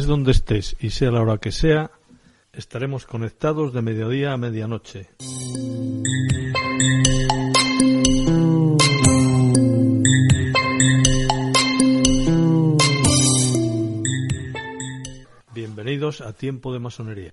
donde estés y sea la hora que sea, estaremos conectados de mediodía a medianoche. Bienvenidos a Tiempo de Masonería.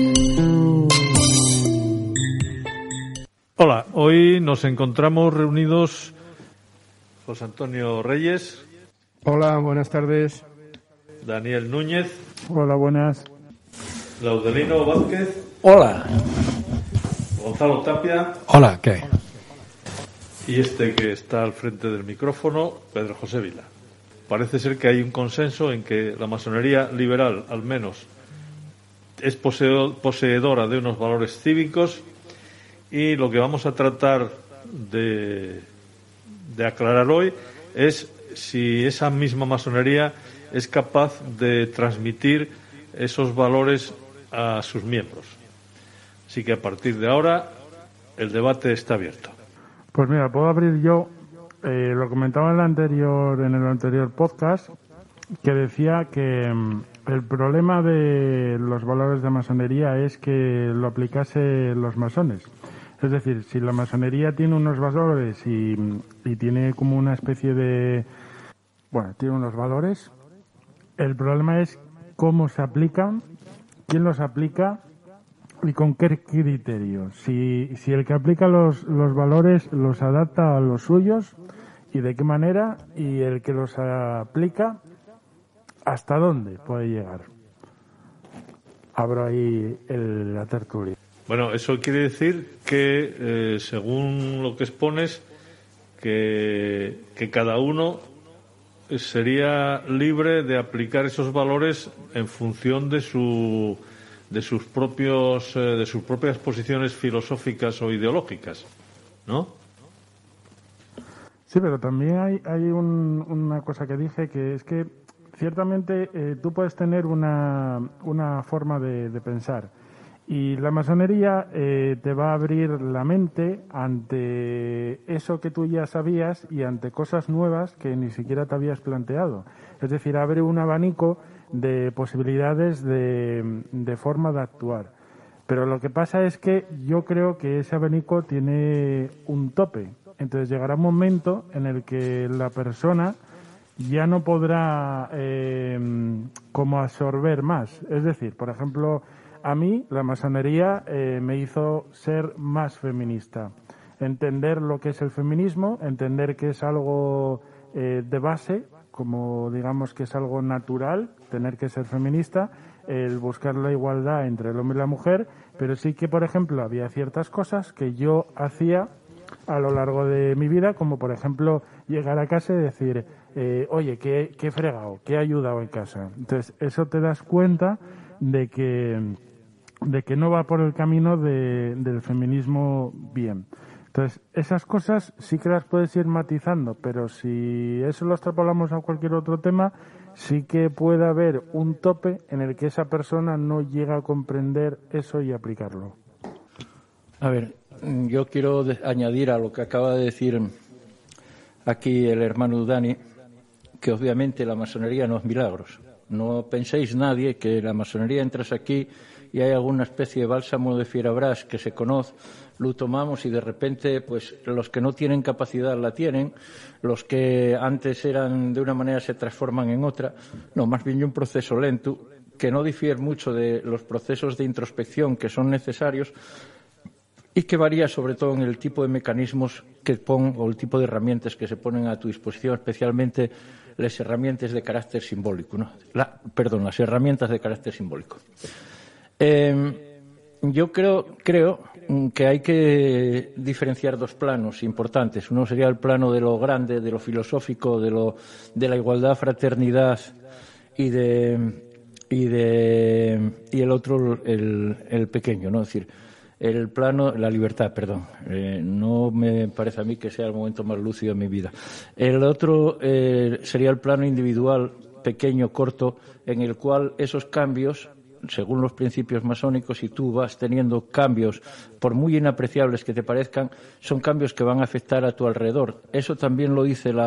Hola, hoy nos encontramos reunidos José Antonio Reyes. Hola, buenas tardes. Daniel Núñez. Hola, buenas. Laudelino Vázquez. Hola. Gonzalo Tapia. Hola, ¿qué? Y este que está al frente del micrófono, Pedro José Vila. Parece ser que hay un consenso en que la masonería liberal, al menos, es poseedora de unos valores cívicos, y lo que vamos a tratar de aclarar hoy es si esa misma masonería es capaz de transmitir esos valores a sus miembros. Así que a partir de ahora el debate está abierto. Pues mira, puedo abrir yo. Lo comentaba en el anterior podcast, que decía que el problema de los valores de masonería es que lo aplicase los masones. Es decir, si la masonería tiene unos valores y tiene como una especie de... Bueno, tiene unos valores. El problema es cómo se aplican, quién los aplica y con qué criterios. Si el que aplica los valores los adapta a los suyos y de qué manera, y el que los aplica, hasta dónde puede llegar. Abro ahí la tertulia. Bueno, eso quiere decir que, según lo que expones, que cada uno sería libre de aplicar esos valores en función de sus propias posiciones filosóficas o ideológicas, ¿no? Sí, pero también hay una cosa que dije, que es que ciertamente tú puedes tener una forma de pensar, y la masonería te va a abrir la mente ante eso que tú ya sabías y ante cosas nuevas que ni siquiera te habías planteado. Es decir, abre un abanico de posibilidades de forma de actuar. Pero lo que pasa es que yo creo que ese abanico tiene un tope. Entonces llegará un momento en el que la persona ya no podrá como absorber más. Es decir, por ejemplo, a mí la masonería me hizo ser más feminista, entender lo que es el feminismo, entender que es algo de base, como digamos que es algo natural, tener que ser feminista, el buscar la igualdad entre el hombre y la mujer, pero sí que, por ejemplo, había ciertas cosas que yo hacía a lo largo de mi vida, como por ejemplo llegar a casa y decir, oye, que he fregado, que he ayudado en casa. Entonces, eso te das cuenta de que no va por el camino del feminismo bien. Entonces, esas cosas sí que las puedes ir matizando, pero si eso lo extrapolamos a cualquier otro tema, sí que puede haber un tope en el que esa persona no llega a comprender eso y aplicarlo. A ver, yo quiero añadir a lo que acaba de decir aquí el hermano Dani, que obviamente la masonería no es milagros. No penséis nadie que la masonería entras aquí y hay alguna especie de bálsamo de Fierabras que se conoce, lo tomamos y de repente pues los que no tienen capacidad la tienen, los que antes eran de una manera se transforman en otra. No, más bien un proceso lento que no difiere mucho de los procesos de introspección que son necesarios y que varía sobre todo en el tipo de mecanismos que o el tipo de herramientas que se ponen a tu disposición, especialmente las herramientas de carácter simbólico, ¿no? Las herramientas de carácter simbólico. Yo creo que hay que diferenciar dos planos importantes. Uno sería el plano de lo grande, de lo filosófico, de la igualdad, fraternidad y el otro el pequeño, ¿no? Es decir, el plano, la libertad, perdón. No me parece a mí que sea el momento más lúcido de mi vida. El otro sería el plano individual, pequeño, corto, en el cual esos cambios, según los principios masónicos, si tú vas teniendo cambios, por muy inapreciables que te parezcan, son cambios que van a afectar a tu alrededor. Eso también lo dice la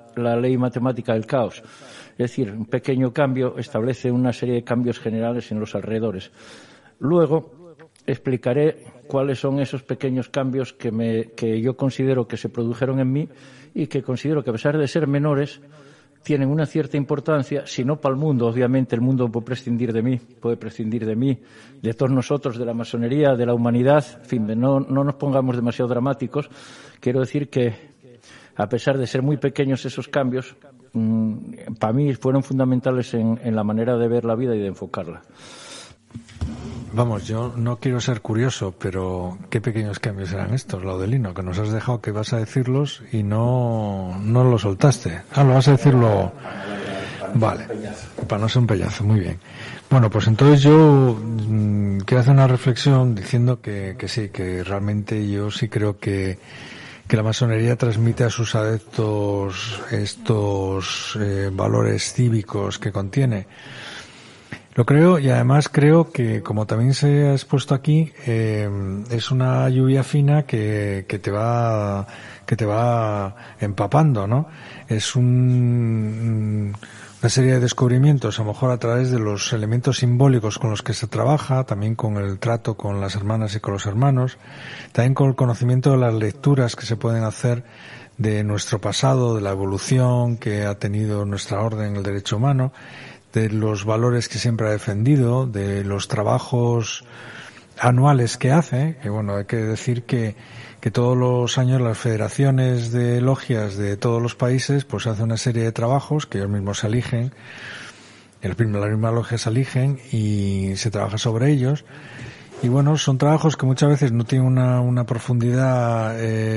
la ley matemática del caos. Es decir, un pequeño cambio establece una serie de cambios generales en los alrededores. Luego explicaré cuáles son esos pequeños cambios que yo considero que se produjeron en mí y que considero que, a pesar de ser menores, tienen una cierta importancia, si no para el mundo. Obviamente el mundo puede prescindir de mí, de todos nosotros, de la masonería, de la humanidad. En fin, no nos pongamos demasiado dramáticos. Quiero decir que, a pesar de ser muy pequeños esos cambios, para mí fueron fundamentales en la manera de ver la vida y de enfocarla. Vamos, yo no quiero ser curioso, pero ¿qué pequeños cambios eran estos, Laudelino? Que nos has dejado que vas a decirlos y no lo soltaste. Lo vas a decirlo. Vale, para no ser un peñazo, muy bien. Bueno, pues entonces yo quiero hacer una reflexión diciendo que sí, que realmente yo sí creo que la masonería transmite a sus adeptos estos valores cívicos que contiene. Lo creo, y además creo que, como también se ha expuesto aquí, es una lluvia fina que te va empapando, ¿no? Es una serie de descubrimientos, a lo mejor a través de los elementos simbólicos con los que se trabaja, también con el trato con las hermanas y con los hermanos, también con el conocimiento de las lecturas que se pueden hacer de nuestro pasado, de la evolución que ha tenido nuestra orden, el derecho humano, de los valores que siempre ha defendido, de los trabajos anuales que hace, que bueno, hay que decir que todos los años las federaciones de logias de todos los países pues hacen una serie de trabajos que ellos mismos eligen, las mismas logias eligen y se trabaja sobre ellos. Y bueno, son trabajos que muchas veces no tienen una profundidad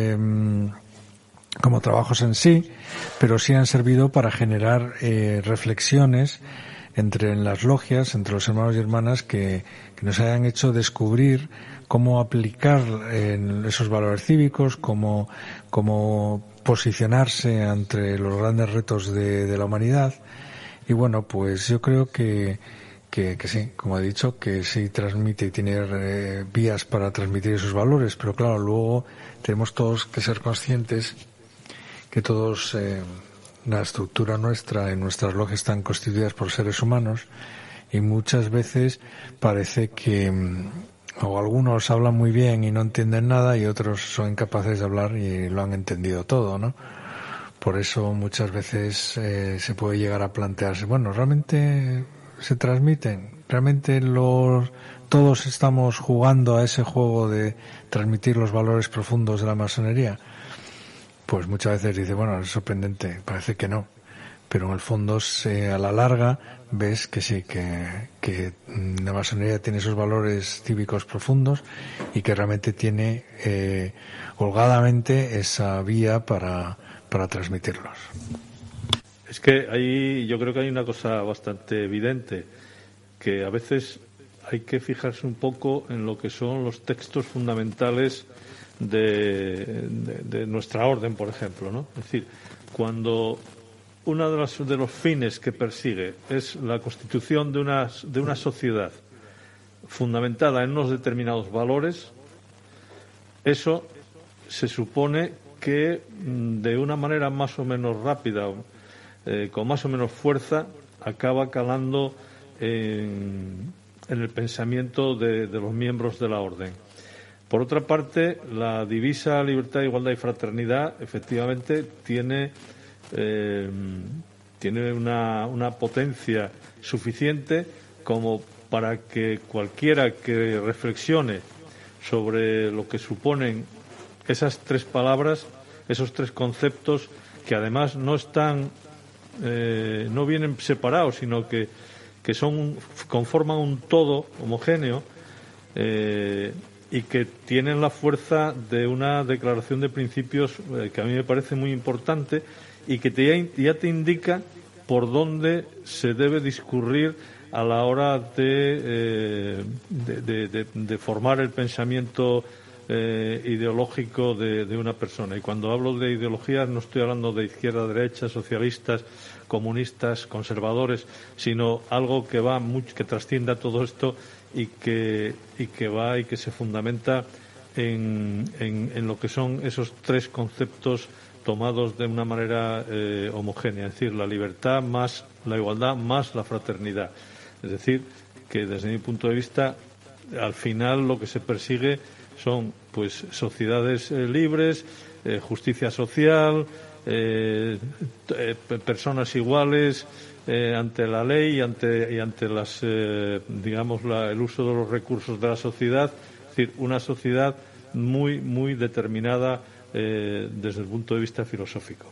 como trabajos en sí, pero sí han servido para generar reflexiones entre las logias, entre los hermanos y hermanas que nos hayan hecho descubrir cómo aplicar esos valores cívicos, cómo posicionarse ante los grandes retos de la humanidad. Y bueno, pues yo creo que sí, como he dicho, que sí transmite y tiene vías para transmitir esos valores, pero claro, luego tenemos todos que ser conscientes que todos, la estructura nuestra y nuestras logias están constituidas por seres humanos y muchas veces parece que o algunos hablan muy bien y no entienden nada y otros son incapaces de hablar y lo han entendido todo, ¿no? Por eso muchas veces se puede llegar a plantearse, bueno, ¿realmente se transmiten? ¿Realmente todos estamos jugando a ese juego de transmitir los valores profundos de la masonería? Pues muchas veces dice, bueno, es sorprendente, parece que no, pero en el fondo a la larga ves que sí, que la masonería tiene esos valores cívicos profundos y que realmente tiene holgadamente esa vía para transmitirlos. Es que ahí yo creo que hay una cosa bastante evidente, que a veces hay que fijarse un poco en lo que son los textos fundamentales de nuestra orden, por ejemplo, ¿no? Es decir, cuando uno de los fines que persigue es la constitución de una sociedad fundamentada en unos determinados valores, eso se supone que de una manera más o menos rápida, con más o menos fuerza, acaba calando en el pensamiento de los miembros de la orden. Por otra parte, la divisa libertad, igualdad y fraternidad efectivamente tiene una potencia suficiente como para que cualquiera que reflexione sobre lo que suponen esas tres palabras, esos tres conceptos, que además no están, no vienen separados, sino que conforman un todo homogéneo, y que tienen la fuerza de una declaración de principios que a mí me parece muy importante y que ya te indica por dónde se debe discurrir a la hora de formar el pensamiento ideológico de una persona. Y cuando hablo de ideologías no estoy hablando de izquierda, derecha, socialistas, comunistas, conservadores, sino algo que trascienda todo esto y que se fundamenta en lo que son esos tres conceptos tomados de una manera homogénea, es decir, la libertad más la igualdad más la fraternidad. Es decir, que desde mi punto de vista, al final lo que se persigue son pues sociedades libres, justicia social, personas iguales ante la ley y ante las digamos el uso de los recursos de la sociedad, es decir, una sociedad muy determinada desde el punto de vista filosófico.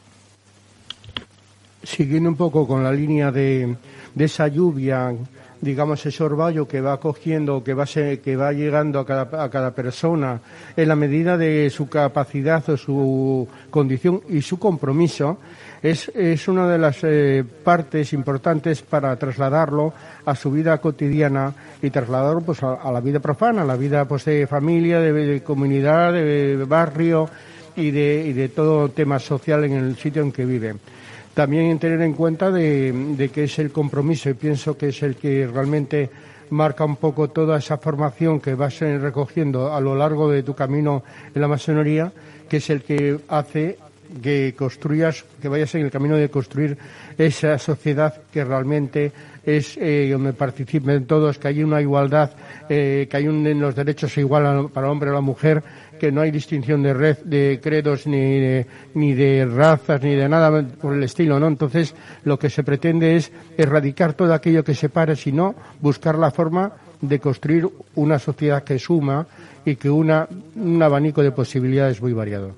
Siguiendo un poco con la línea de esa lluvia, digamos, ese orvallo que va cogiendo, que va llegando a cada persona en la medida de su capacidad o su condición y su compromiso, es una de las partes importantes para trasladarlo a su vida cotidiana y trasladarlo pues a la vida profana, a la vida pues de familia, de comunidad, de barrio y de todo tema social en el sitio en que vive. También tener en cuenta de que es el compromiso, y pienso que es el que realmente marca un poco toda esa formación que vas recogiendo a lo largo de tu camino en la masonería, que es el que hace que construyas, que vayas en el camino de construir esa sociedad que realmente es donde participen todos, que hay una igualdad, que hay los derechos igual para el hombre y la mujer, que no hay distinción de credos ni de razas ni de nada por el estilo, ¿no? Entonces, lo que se pretende es erradicar todo aquello que separe, sino buscar la forma de construir una sociedad que suma y que un abanico de posibilidades muy variado.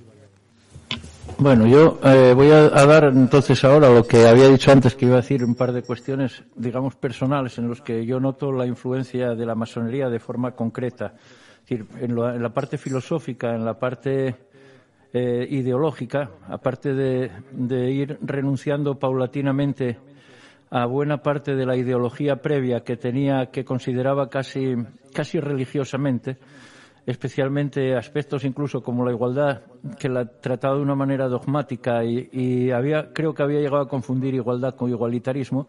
Bueno, yo voy a dar entonces ahora lo que había dicho antes, que iba a decir un par de cuestiones, digamos, personales, en los que yo noto la influencia de la masonería de forma concreta. Es decir, en la parte filosófica, en la parte ideológica, aparte de ir renunciando paulatinamente a buena parte de la ideología previa que consideraba casi religiosamente, especialmente aspectos incluso como la igualdad, que la trataba de una manera dogmática y creo que había llegado a confundir igualdad con igualitarismo.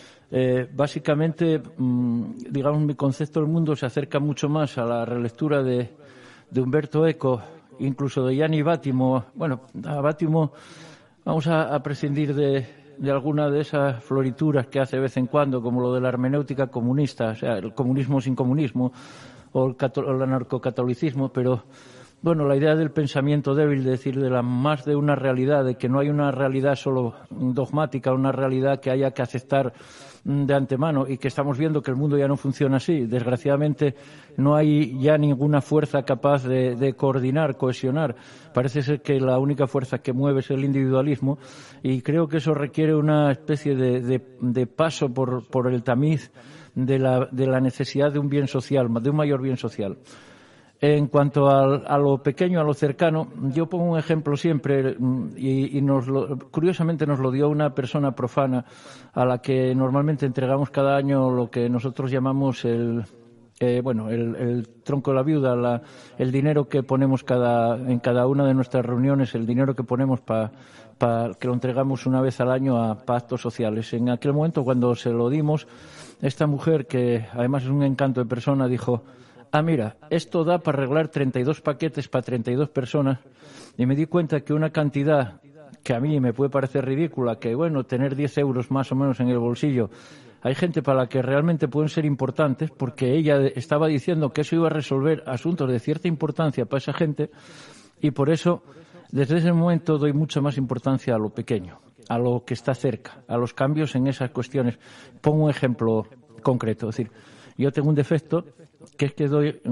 Básicamente, digamos, mi concepto del mundo se acerca mucho más a la relectura de Umberto Eco, incluso de Gianni Vattimo. Bueno, a Vattimo vamos a prescindir de alguna de esas florituras que hace de vez en cuando, como lo de la hermenéutica comunista, o sea, el comunismo sin comunismo, o el anarcocatolicismo, pero bueno, la idea del pensamiento débil, de decir, más de una realidad, de que no hay una realidad solo dogmática, una realidad que haya que aceptar de antemano, y que estamos viendo que el mundo ya no funciona así. Desgraciadamente no hay ya ninguna fuerza capaz de coordinar, cohesionar. Parece ser que la única fuerza que mueve es el individualismo, y creo que eso requiere una especie de paso por el tamiz de la necesidad de un bien social, de un mayor bien social. En cuanto a lo pequeño, a lo cercano, yo pongo un ejemplo siempre, y curiosamente nos lo dio una persona profana a la que normalmente entregamos cada año lo que nosotros llamamos el tronco de la viuda, el dinero que ponemos en cada una de nuestras reuniones, el dinero que ponemos que lo entregamos una vez al año a pactos sociales. En aquel momento, cuando se lo dimos, esta mujer, que además es un encanto de persona, dijo: mira, esto da para arreglar 32 paquetes para 32 personas, y me di cuenta que una cantidad que a mí me puede parecer ridícula, que bueno, tener 10 euros más o menos en el bolsillo, hay gente para la que realmente pueden ser importantes, porque ella estaba diciendo que eso iba a resolver asuntos de cierta importancia para esa gente, y por eso, desde ese momento, doy mucha más importancia a lo pequeño, a lo que está cerca, a los cambios en esas cuestiones. Pongo un ejemplo concreto, es decir, yo tengo un defecto, que es que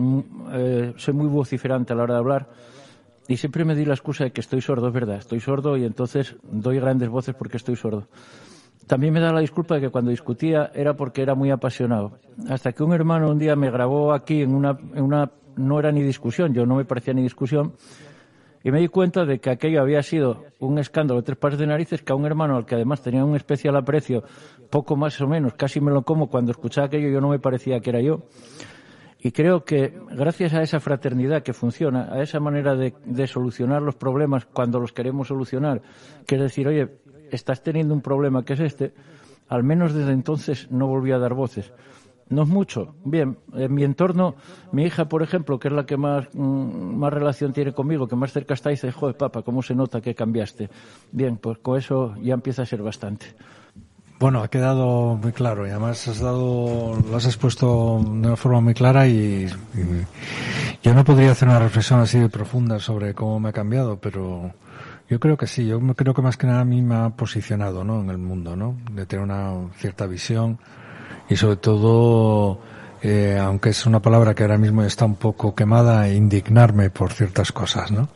soy muy vociferante a la hora de hablar, y siempre me di la excusa de que estoy sordo. Es verdad, estoy sordo, y entonces doy grandes voces porque estoy sordo. También me da la disculpa de que cuando discutía era porque era muy apasionado. Hasta que un hermano un día me grabó aquí en una no era ni discusión, yo no me parecía ni discusión, y me di cuenta de que aquello había sido un escándalo de 3 pares de narices, que a un hermano al que además tenía un especial aprecio, poco más o menos, casi me lo como, cuando escuchaba aquello yo no me parecía que era yo. Y creo que gracias a esa fraternidad que funciona, a esa manera de solucionar los problemas cuando los queremos solucionar, que es decir, oye, estás teniendo un problema que es este, al menos desde entonces no volví a dar voces. No es mucho. Bien, en mi entorno, mi hija, por ejemplo, que es la que más relación tiene conmigo, que más cerca está, dice, joder, papá, ¿cómo se nota que cambiaste? Bien, pues con eso ya empieza a ser bastante. Bueno, ha quedado muy claro y además lo has expuesto de una forma muy clara y yo no podría hacer una reflexión así de profunda sobre cómo me ha cambiado, pero yo creo que sí. Yo creo que más que nada a mí me ha posicionado, ¿no?, en el mundo, ¿no?, de tener una cierta visión. Y sobre todo, aunque es una palabra que ahora mismo está un poco quemada, indignarme por ciertas cosas, ¿no?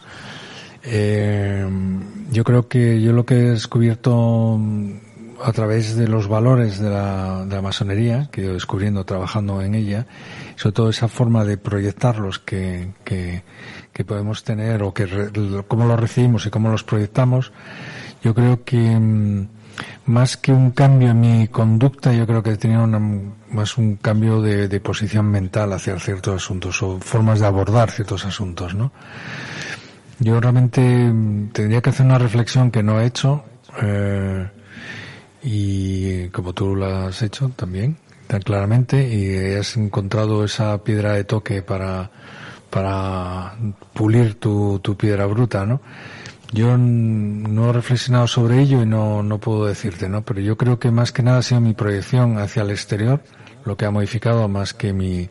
Yo creo que yo lo que he descubierto a través de los valores de la masonería, que he ido descubriendo trabajando en ella, sobre todo esa forma de proyectarlos que podemos tener, o cómo los recibimos y cómo los proyectamos, yo creo que más que un cambio en mi conducta, yo creo que he tenido más un cambio de posición mental hacia ciertos asuntos o formas de abordar ciertos asuntos, ¿no? Yo realmente tendría que hacer una reflexión que no he hecho, y como tú lo has hecho también, tan claramente, y has encontrado esa piedra de toque para pulir tu piedra bruta, ¿no? Yo no he reflexionado sobre ello y no puedo decirte, ¿no? Pero yo creo que más que nada ha sido mi proyección hacia el exterior lo que ha modificado más que mis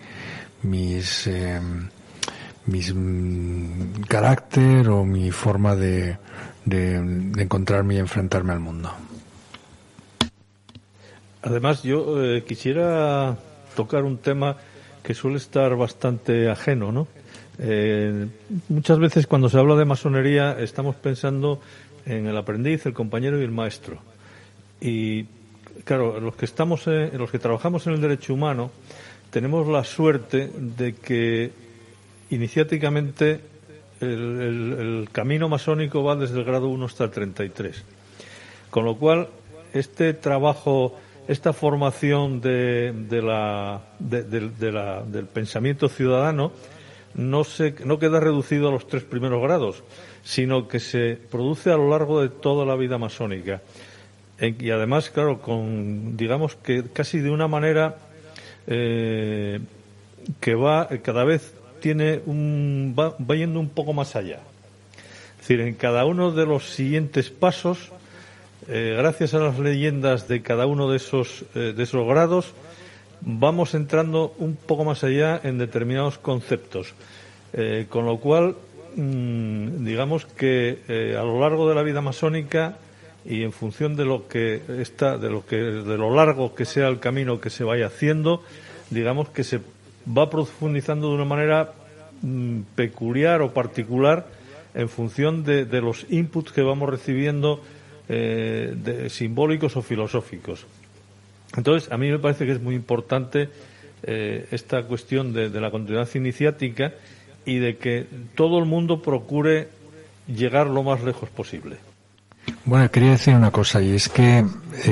carácter o mi forma de encontrarme y enfrentarme al mundo. Además, yo quisiera tocar un tema que suele estar bastante ajeno, ¿no? Muchas veces cuando se habla de masonería estamos pensando en el aprendiz, el compañero y el maestro. Y claro, los que trabajamos en el derecho humano tenemos la suerte de que iniciáticamente el camino masónico va desde el grado 1 hasta el 33. Con lo cual, este trabajo, esta formación del pensamiento ciudadano no queda reducido a los 3 primeros grados, sino que se produce a lo largo de toda la vida masónica. Y además, claro, digamos que casi de una manera que va cada vez va yendo un poco más allá. Es decir, en cada uno de los siguientes pasos, gracias a las leyendas de cada uno de esos grados, vamos entrando un poco más allá en determinados conceptos, con lo cual digamos que a lo largo de la vida masónica y en función de lo largo que sea el camino que se vaya haciendo, digamos que se va profundizando de una manera peculiar o particular en función de los inputs que vamos recibiendo, simbólicos o filosóficos. Entonces, a mí me parece que es muy importante esta cuestión de la continuidad iniciática y de que todo el mundo procure llegar lo más lejos posible. Bueno, quería decir una cosa, y es que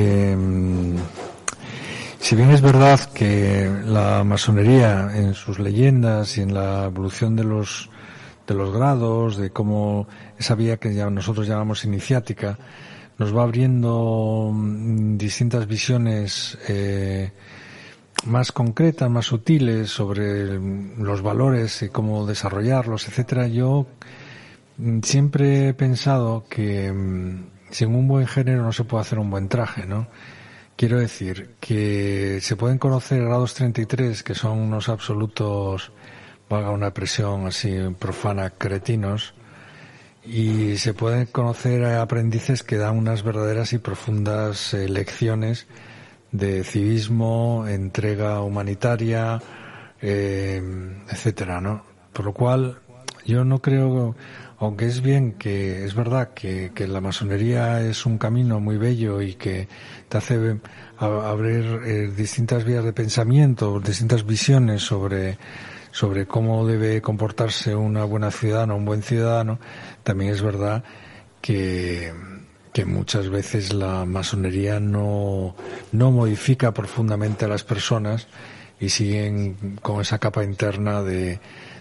si bien es verdad que la masonería en sus leyendas y en la evolución de los grados, de cómo esa vía que ya nosotros llamamos iniciática, nos va abriendo distintas visiones más concretas, más sutiles sobre los valores y cómo desarrollarlos, etcétera. Yo siempre he pensado que sin un buen género no se puede hacer un buen traje, ¿no? Quiero decir que se pueden conocer grados 33, que son unos absolutos, valga una expresión así profana, cretinos, y se pueden conocer aprendices que dan unas verdaderas y profundas lecciones de civismo, entrega humanitaria, etcétera, ¿no? Por lo cual, yo no creo, aunque es verdad que la masonería es un camino muy bello y que te hace abrir distintas vías de pensamiento, distintas visiones sobre cómo debe comportarse una buena ciudadana, un buen ciudadano, también es verdad que muchas veces la masonería no modifica profundamente a las personas y siguen con esa capa interna de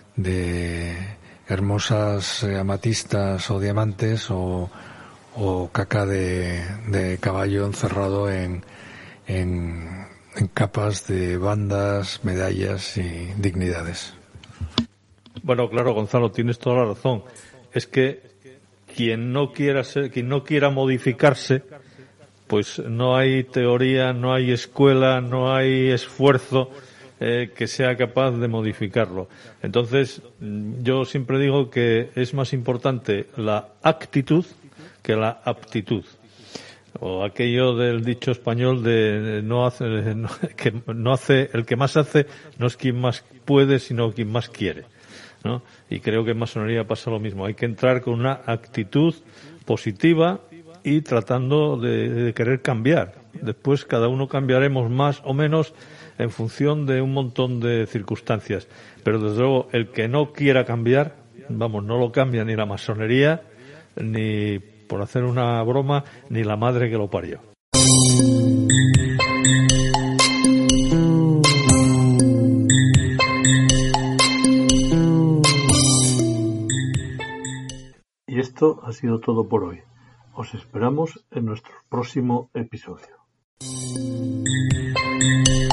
hermosas amatistas o diamantes o caca de caballo encerrado en en capas de bandas, medallas y dignidades. Bueno, claro, Gonzalo, tienes toda la razón. Es que quien no quiera modificarse, pues no hay teoría, no hay escuela, no hay esfuerzo que sea capaz de modificarlo. Entonces, yo siempre digo que es más importante la actitud que la aptitud. O aquello del dicho español de el que más hace no es quien más puede, sino quien más quiere, ¿no? Y creo que en masonería pasa lo mismo. Hay que entrar con una actitud positiva y tratando de querer cambiar. Después cada uno cambiaremos más o menos en función de un montón de circunstancias. Pero desde luego el que no quiera cambiar, vamos, no lo cambia ni la masonería, ni, por hacer una broma, ni la madre que lo parió. Y esto ha sido todo por hoy. Os esperamos en nuestro próximo episodio.